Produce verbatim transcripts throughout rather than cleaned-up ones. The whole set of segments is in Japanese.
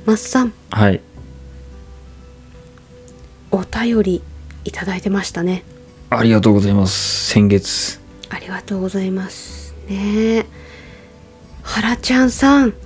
マスさん、 はい。 お便りいただいてましたね。 ありがとうございます。先月。 ありがとうございますね。はらちゃんさん、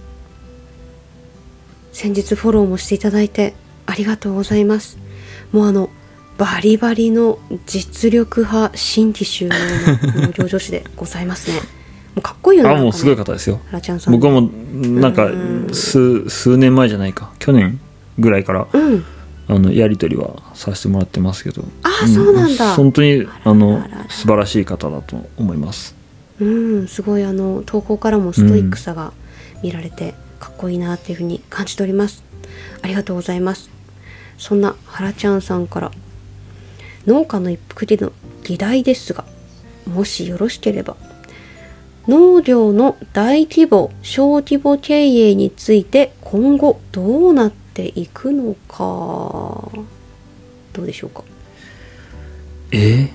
先日フォローもしていただいてありがとうございます。もうあのバリバリの実力派新規収納の農業女子でございますね。もうかっこいいよね。 あ、もうすごい方ですよ。 はらちゃんさん、ね、 僕はもうなんか数数年前じゃないか、去年ぐらいから、 うん、 あのやり取りはさせてもらってますけど、 ああ、そうなんだ。 本当にあの素晴らしい方だと思います。 うん、すごいあの投稿からもストイックさが見られて、うん、かっこいいなっていうふうに感じております。ありがとうございます。そんなはらちゃんさんから、農家の一服での議題ですが、もしよろしければ農業の大規模小規模経営について今後どうなっていくのか、どうでしょうか。 え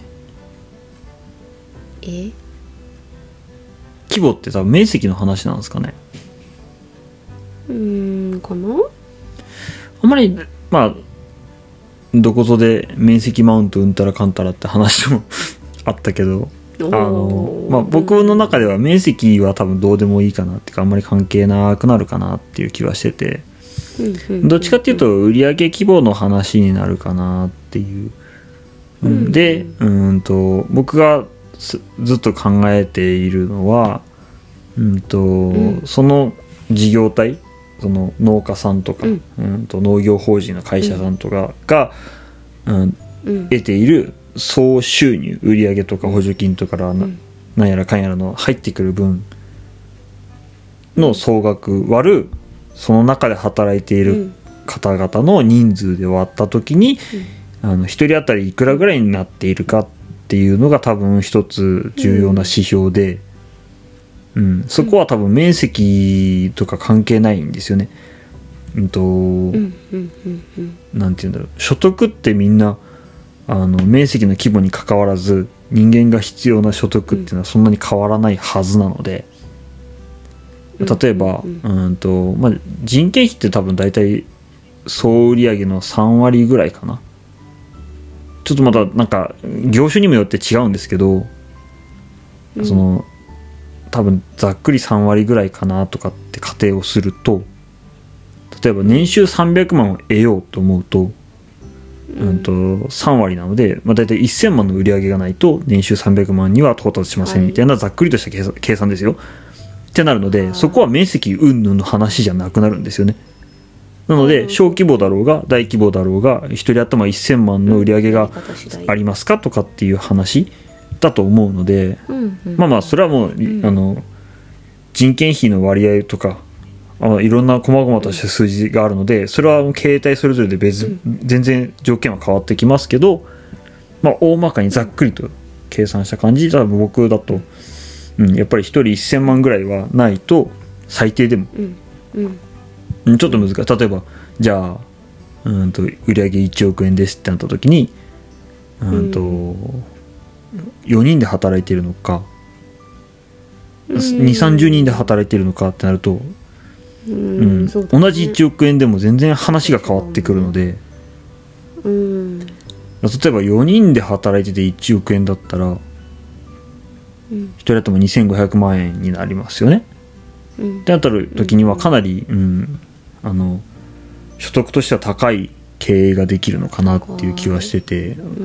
え規模って多分面積の話なんですかね。 うーんかな。 あんまりまあどこぞで面積マウントうんたらかんたらって話もあったけど、あの、まあ、僕の中では面積は多分どうでもいいかなっていうか、あんまり関係なくなるかなっていう気はしてて、どっちかっていうと売上規模の話になるかなっていう、うん、でうんと僕がずっと考えているのは、うんとうん、その事業体、その農家さんとか、うんうんと農業法人の会社さんとかが、うんうん、得ている総収入、売上とか補助金とかからな、うん、なんやらかんやらの入ってくる分の総額割るその中で働いている方々の人数で割った時に、うん、あのひとり当たりいくらぐらいになっているかっていうのが多分一つ重要な指標で、うんうん、そこは多分面積とか関係ないんですよね。うんと、なんていうんだろう、所得ってみんなあの面積の規模に関わらず人間が必要な所得っていうのはそんなに変わらないはずなので、例えば、うんとまあ、人件費って多分大体総売上のさんわりぐらいかな。ちょっとまたなんか業種にもよって違うんですけど、うん、その多分ざっくりさんわりぐらいかなとかって仮定をすると、例えば年収さんびゃくまんを得ようと思うと、うんとさんわりなので、まあ、大体せんまんの売り上げがないと年収さんびゃくまんには到達しませんみたいなざっくりとした計算、計算ですよってなるので、そこは面積云々の話じゃなくなるんですよね。なので小規模だろうが大規模だろうがひとり頭せんまんの売り上げがありますかとかっていう話だと思うので、まあまあそれはもうあの人件費の割合とかあいろんな細々とした数字があるので、それは経営体それぞれで別全然条件は変わってきますけど、まあ大まかにざっくりと計算した感じ、多分僕だと、うん、やっぱりひとりせんまんぐらいはないと最低でも、うんうん、ちょっと難しい。例えばじゃあうんと売上いちおくえんですってなった時にうんと、うん、よにんで働いているのか、うん、にじゅうさんじゅうにんで働いているのかってなると、うんうんね、同じいちおくえんでも全然話が変わってくるので、うん、例えばよにんで働いてていちおくえんだったら、うん、ひとり頭にせんごひゃくまんえんになりますよね、うん、ってなった時にはかなり、うん、あの所得としては高い経営ができるのかなっていう気はしてて、うん、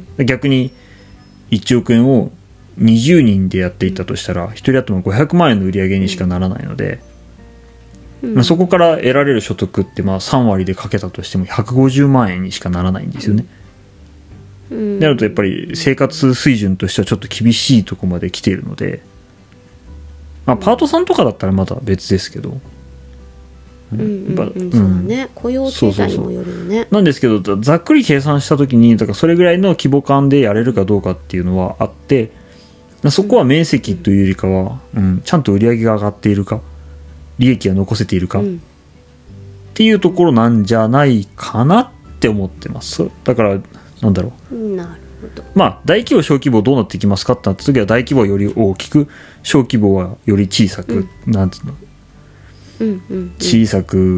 逆にいちおくえんをにじゅうにんでやっていったとしたら、うん、ひとり頭ごひゃくまんえんの売り上げにしかならないので、うんまあ、そこから得られる所得ってまあさんわりでかけたとしてもひゃくごじゅうまんえんにしかならないんですよね。うん、なるとやっぱり生活水準としてはちょっと厳しいところまで来ているので、まあ、パートさんとかだったらまた別ですけど、 うんうんうんうん、そうだね、雇用形態にもよるよね。そうそうそうなんですけど、ざっくり計算した時にだからそれぐらいの規模感でやれるかどうかっていうのはあって、そこは面積というよりかは、うん、ちゃんと売り上げが上がっているか利益が残せているか、うん、っていうところなんじゃないかなって思ってます。だからなんだろう、 なるほど。 まあ大規模小規模どうなっていきますかってなった時は、大規模はより大きく、小規模はより小さく、うん、なんつうの、うんうんうん、小さく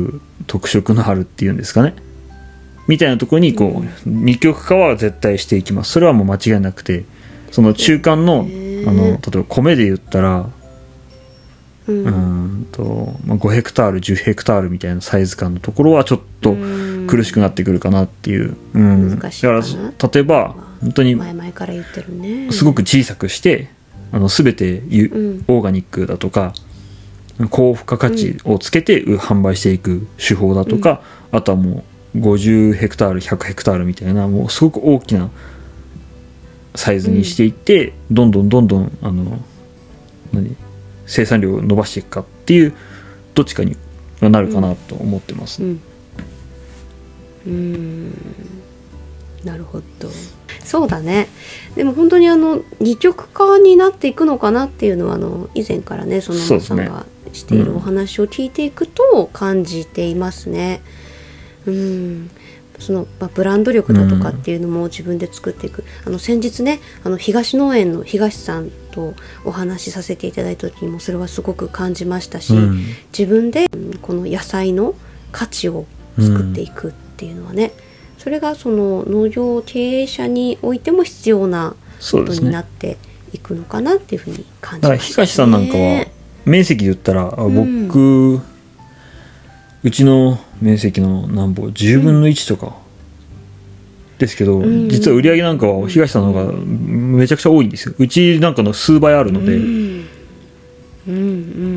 特色のあるっていうんですかねみたいなところにこう、うん、二極化は絶対していきます。それはもう間違いなくて、その中間の、あの例えば米で言ったら、うん、うんとまあ、ごヘクタールじゅうヘクタールみたいなサイズ感のところはちょっと苦しくなってくるかなっていう、うん、難しいかな。だから例えば本当に前々から言ってるね、 すごく小さくしてあの全てユ、うん、オーガニックだとか高付加価値をつけて販売していく手法だとか、うん、あとはもうごじゅうヘクタールひゃくヘクタールみたいなもうすごく大きなサイズにしていって、うん、どんどんどんどんあの何生産量を伸ばしていくかっていうどっちかになるかなと思ってます、ね、 うん、うーんなるほど。そうだね。でも本当にあの二極化になっていくのかなっていうのはあの以前からねその皆さんがしているお話を聞いていくと感じていますね。うん、うんそのまあ、ブランド力だとかっていうのも自分で作っていく、うん、あの先日ねあの東農園の東さんとお話しさせていただいた時にもそれはすごく感じましたし、うん、自分でこの野菜の価値を作っていくっていうのはね、うん、それがその農業経営者においても必要なことになっていくのかなっていうふうに感じましたね。 だから東さんなんかは面積で言ったら僕、うんうちの面積の何ぼじゅうぶんのいちとかですけど、うん、実は売り上げなんかは東さんの方がめちゃくちゃ多いんですよ。うちなんかの数倍あるので、うんうん、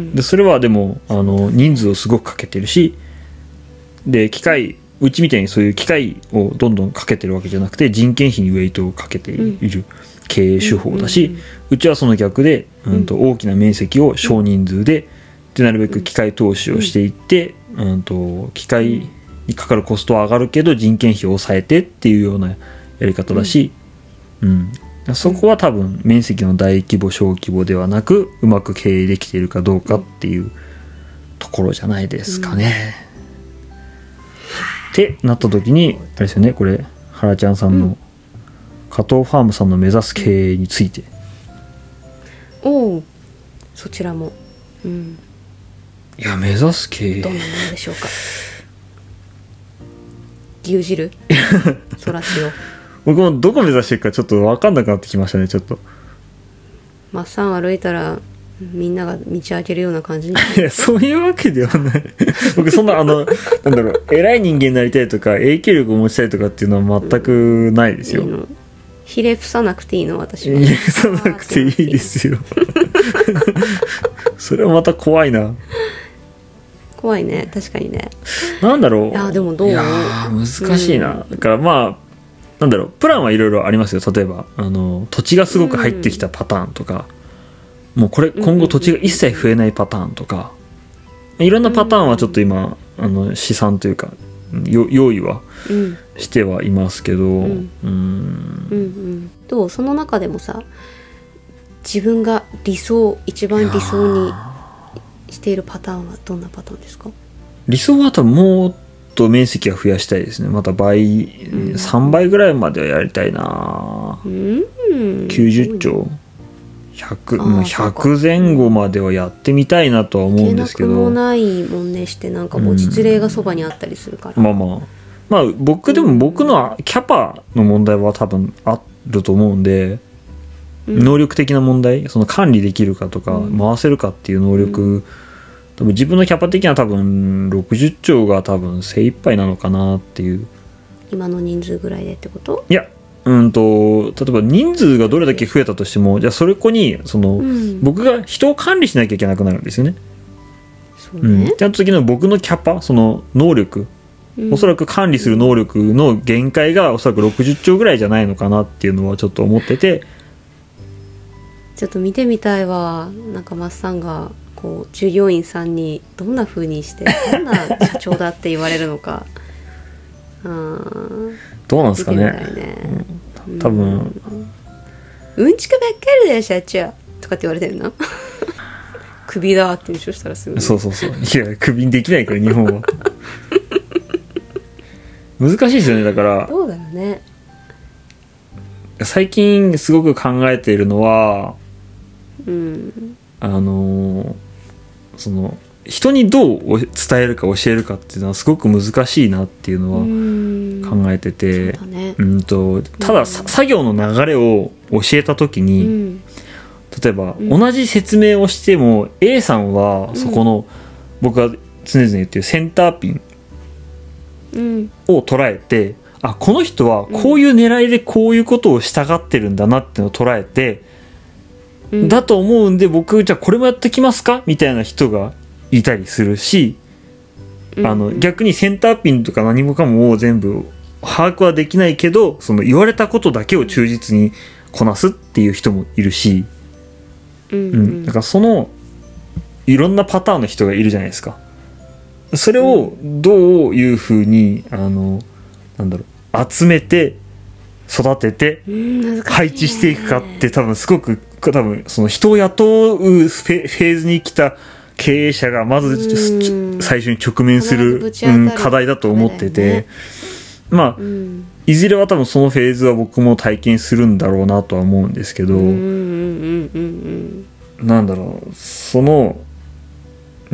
でそれはでもあの人数をすごくかけてるしで機械うちみたいにそういう機械をどんどんかけてるわけじゃなくて人件費にウェイトをかけている経営手法だし、うちはその逆で、うん、と大きな面積を少人数ででなるべく機械投資をしていって、うん、と機械にかかるコストは上がるけど人件費を抑えてっていうようなやり方だし、うんうん、そこは多分面積の大規模小規模ではなくうまく経営できているかどうかっていうところじゃないですかね、うん、ってなった時にあれですよねこれ原ちゃんさんの加藤ファームさんの目指す経営について、 うん、おおそちらも、うん、 いや目指す経営どんなものでしょうか。牛汁そらしを僕もどこ目指していくかちょっと分かんなくなってきましたね。ちょっとマッサン歩いたらみんなが道開けるような感じにいやそういうわけではない僕そんなあのなんだろう偉い人間になりたいとか影響力を持ちたいとかっていうのは全くないですよ、うん、いいのひれ伏さなくていいの私はひれ伏さなくていいですよそれはまた怖いな。 怖いね確かにね。 なんだろういやでもどういや難しいな、うん、だからまあなんだろうプランはいろいろありますよ。例えばあの土地がすごく入ってきたパターンとか、うん、もうこれ今後土地が一切増えないパターンとか、うん、いろんなパターンはちょっと今あの試算というか用意はしてはいますけど、うんうんうんうん、どうその中でもさ自分が理想一番理想にしているパターンはどんなパターンですか。 理想は多分もっと面積は増やしたいですね。また倍、うん、さんばいぐらいまではやりたいな、うん、きゅうじゅっちょうひゃく、ひゃくぜん後まではやってみたいなとは思うんですけど、 いけなくもないもんねしてなんかもう実例がそばにあったりするから、 うん、まあまあまあ僕でも僕のキャパの問題は多分あると思うんで、うん、能力的な問題その管理できるかとか、うん、回せるかっていう能力、うん、多分自分のキャパ的には多分ろくじゅっちょうが多分精一杯なのかなっていう。 今の人数ぐらいでってこと？ いやうんと例えば人数がどれだけ増えたとしてもじゃあそれこにその、うん、僕が人を管理しなきゃいけなくなるんですよね。 そうね、 うん、ちゃんと次の僕のキャパその能力、うん、おそらく管理する能力の限界がおそらくろくじゅっちょうぐらいじゃないのかなっていうのはちょっと思ってて、 ちょっと見てみたいわ。なんかマッサンがこう従業員さんにどんな風にしてどんな社長だって言われるのかあどうなんですかね。 ね、 うん、多分、うん、 うんちくばっかりだよ社長とかって言われてるのクビだって優勝したらすぐ、ね、 そうそうそういやクビにできないから日本は難しいですよね。だからどうだろうね。 最近すごく考えているのは、 うん、 あのその人にどう伝えるか教えるかっていうのはすごく難しいなっていうのは考えてて、 そうだね、 うんとただ、うん、作業の流れを教えた時に、うん、例えば、うん、同じ説明をしても A さんはそこの、うん、僕が常々言ってるセンターピンを捉えて、うん、あこの人はこういう狙いでこういうことをしたがってるんだなっていうのを捉えて、うん、だと思うんで僕じゃあこれもやってきますかみたいな人がいたりするし、うん、あの逆にセンターピンとか何もかもを全部把握はできないけどその言われたことだけを忠実にこなすっていう人もいるし、うんうん、だからそのいろんなパターンの人がいるじゃないですか。それをどういうふうにあのなんだろう集めて育てて配置していくかって多分すごく多分その人を雇うフェーズに来た経営者がまず最初に直面する、うん、課題だと思ってて、まあ、うん、いずれは多分そのフェーズは僕も体験するんだろうなとは思うんですけど、なんだろうその、うん、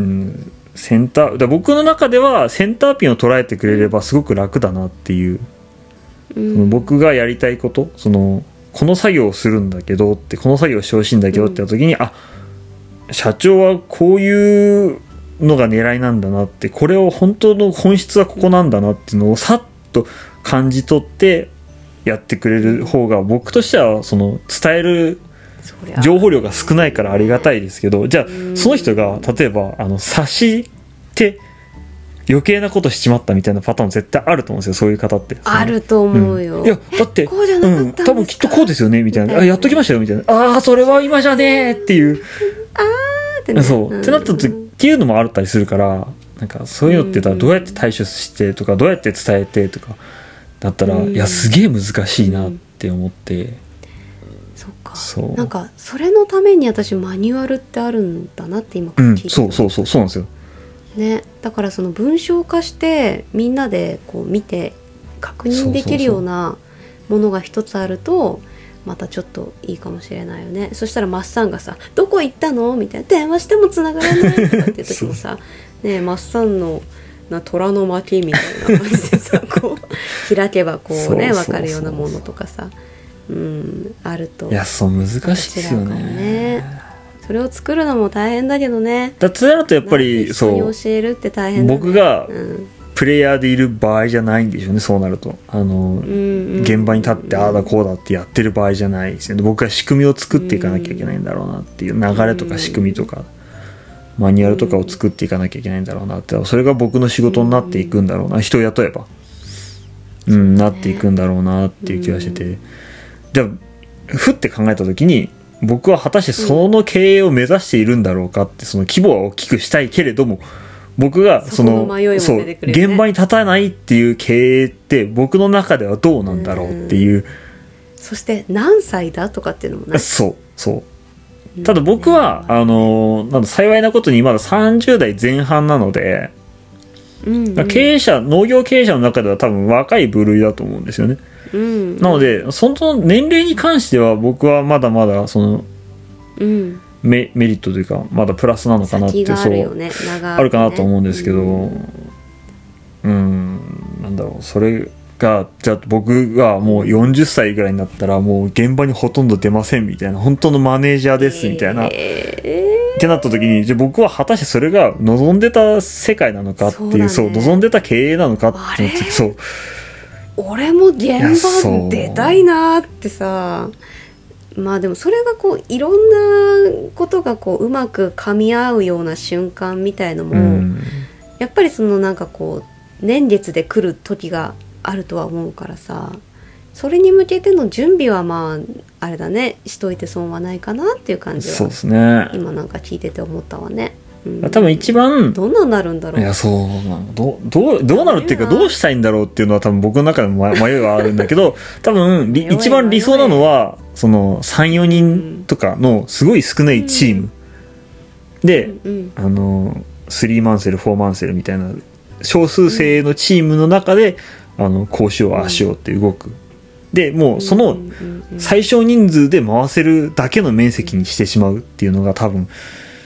センターだ僕の中ではセンターピンを捉えてくれればすごく楽だなっていう、うん、その僕がやりたいことそのこの作業をするんだけどってこの作業をしてほしいんだけどってやった時に、うん、あ社長はこういうのが狙いなんだなってこれを本当の本質はここなんだなっていうのをさっと感じ取ってやってくれる方が僕としてはその伝える情報量が少ないからありがたいですけど、じゃあその人が例えばあの察して余計なことしちまったみたいなパターン絶対あると思うんですよ。そういう方ってあると思うよ、うん、 いやだってこうじゃなかったんですか、 うん、多分きっとこうですよねみたいな、あやっときましたよみたいな、ああそれは今じゃねーっていうあーってねそう、うん、ってなった時っていうのもあったりするから、なんかそういうのってどうやって対処してとかどうやって伝えてとかだったら、うん、いやすげえ難しいなって思って、うん、 そっかそうなんかそれのために私マニュアルってあるんだなって今から聞いて、 うん、そうそうそうそうなんですよね、だからその文章化してみんなでこう見て確認できるようなものが一つあるとまたちょっといいかもしれないよね。そしたらマッサンがさどこ行ったのみたいな電話してもつながらないとかっていう時もさねマッサンのな虎の巻みたいな感じでさこう開けばこうね分かるようなものとかさうんあるといやそう難しいですよね。 それを作るのも大変だけどね。 だとなるとやっぱりそう人に教えるって大変だね。 僕がプレイヤーでいる場合じゃないんでしょうね。そうなるとあの、うんうん、現場に立ってああだこうだってやってる場合じゃないですよね。僕は仕組みを作っていかなきゃいけないんだろうなっていう流れとか仕組みとかマニュアルとかを作っていかなきゃいけないんだろうなって、それが僕の仕事になっていくんだろうな、人を雇えば、うん、なっていくんだろうなっていう気がしてて、じゃあふって考えた時に僕は果たしてその経営を目指しているんだろうかって、その規模は大きくしたいけれども僕がそのそう現場に立たないっていう経営って僕の中ではどうなんだろうっていう、 そして何歳だとかっていうのもね、 そうそうただ僕はあのなんだ幸いなことにまださんじゅう代前半なので、うんうん、経営者農業経営者の中では多分若い部類だと思うんですよね。うんうん、なのでその年齢に関しては僕はまだまだその、うん、メ, メリットというかまだプラスなのかなって、 先があるよね、 そう長ね、 あるかなと思うんですけど、うん、うんなんだろうそれがじゃあ僕がもうよんじゅっさいぐらいになったらもう現場にほとんど出ませんみたいな本当のマネージャーですみたいな、えー、ってなった時にじゃあ僕は果たしてそれが望んでた世界なのかっていう、そう、ね、そう望んでた経営なのかっていうそう俺も現場出たいなってさ、まあでもそれがこういろんなことがこううまく噛み合うような瞬間みたいのも、うん、やっぱりそのなんかこう年月で来る時があるとは思うからさ、それに向けての準備はまああれだねしといて損はないかなっていう感じはそうですね今なんか聞いてて思ったわね。 うん、多分一番どんなになるんだろう。 いやそうなんどどうどうなるっていうかどうしたいんだろうっていうのは多分僕の中でも迷いはあるんだけど多分一番理想なのはその さん,よ 人とかのすごい少ないチーム、うん、で、うんうん、あのスリーマンセルフォーマンセルみたいな少数精鋭のチームの中で、うん、あのこうしようああしようって動く。でもうその最小人数で回せるだけの面積にしてしまうっていうのが多分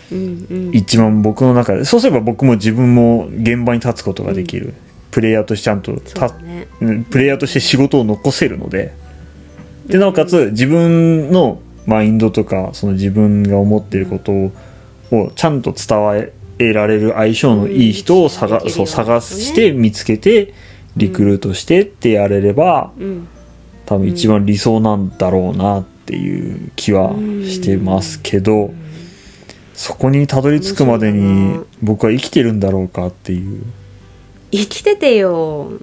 うんうん、 一番僕の中で、そうすれば僕も自分も現場に立つことができる、うん、プレイヤーとしてちゃんとた、ね、プレイヤーとして仕事を残せるので、でなおかつ自分のマインドとかその自分が思っていることを、うん、ちゃんと伝えられる相性のいい人を探、うん、そう探して見つけてリクルートしてってやれれば、うん、多分一番理想なんだろうなっていう気はしてますけど、うん、そこにたどり着くまでに僕は生きてるんだろうかっていう。 生きててよ、うん、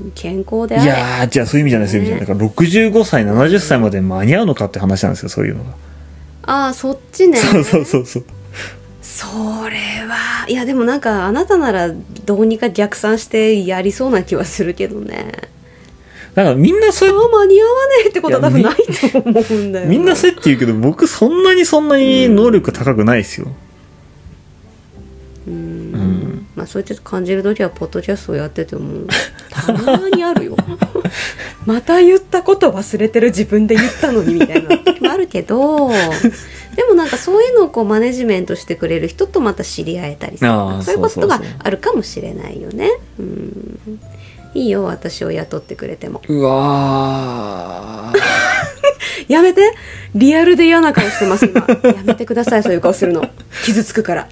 健康であれ。 いやー、じゃあそういう意味じゃないですよ、ね、だからろくじゅうごさいななじゅっさいまで間に合うのかって話なんですよ、そういうのが。 ああ、そっちね。 そうそうそうそう。 それはいやでもなんかあなたならどうにか逆算してやりそうな気はするけどね。 だからみんなそうやあ間に合わねえってことは多分ないと思うんだよ。 みんなそうやって言うけど僕そんなにそんなに能力高くないですよ。 うん、うんまあそうやって感じる時はポッドキャストをやっててもたまにあるよ。また言ったこと忘れてる自分で言ったのにみたいな時もあるけど。でもなんかそういうのをこうマネジメントしてくれる人とまた知り合えたりする、そういうことがあるかもしれないよね。うん、いいよ私を雇ってくれても。 うわーやめて、リアルで嫌な顔してます今。やめてください、そういう顔するの傷つくから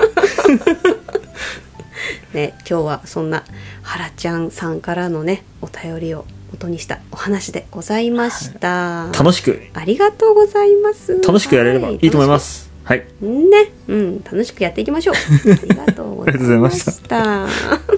ね、今日はそんなはらちゃんさんからのねお便りを元にしたお話でございました。 楽しくありがとうございます。 楽しくやれればいいと思います。はい、 ね、うん、楽しくやっていきましょう。ありがとうございました。